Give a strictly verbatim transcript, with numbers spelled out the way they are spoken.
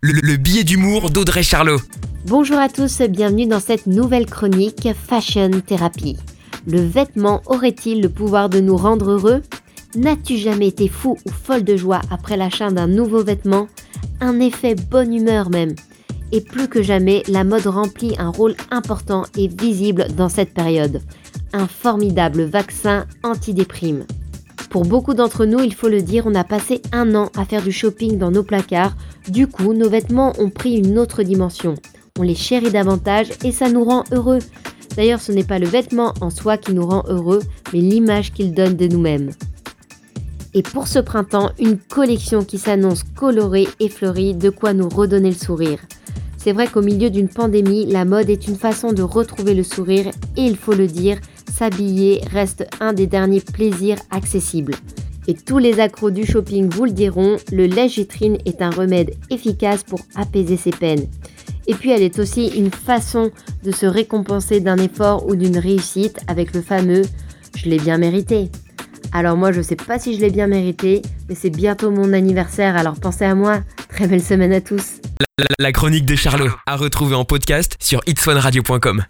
Le, le billet d'humour d'Audrey Charlot. Bonjour à tous, bienvenue dans cette nouvelle chronique Fashion Therapy. Le vêtement aurait-il le pouvoir de nous rendre heureux ? N'as-tu jamais été fou ou folle de joie après l'achat d'un nouveau vêtement ? Un effet bonne humeur même. Et plus que jamais, la mode remplit un rôle important et visible dans cette période. Un formidable vaccin anti-déprime. Pour beaucoup d'entre nous, il faut le dire, on a passé un an à faire du shopping dans nos placards. Du coup, nos vêtements ont pris une autre dimension. On les chérit davantage et ça nous rend heureux. D'ailleurs, ce n'est pas le vêtement en soi qui nous rend heureux, mais l'image qu'il donne de nous-mêmes. Et pour ce printemps, une collection qui s'annonce colorée et fleurie, de quoi nous redonner le sourire. C'est vrai qu'au milieu d'une pandémie, la mode est une façon de retrouver le sourire et il faut le dire, s'habiller reste un des derniers plaisirs accessibles. Et tous les accros du shopping vous le diront, le lèche-vitrine est un remède efficace pour apaiser ses peines. Et puis elle est aussi une façon de se récompenser d'un effort ou d'une réussite avec le fameux « je l'ai bien mérité ». Alors moi je sais pas si je l'ai bien mérité, mais c'est bientôt mon anniversaire, alors pensez à moi. Très belle semaine à tous. La, la, la chronique de Charlot, à retrouver en podcast sur its one radio point com.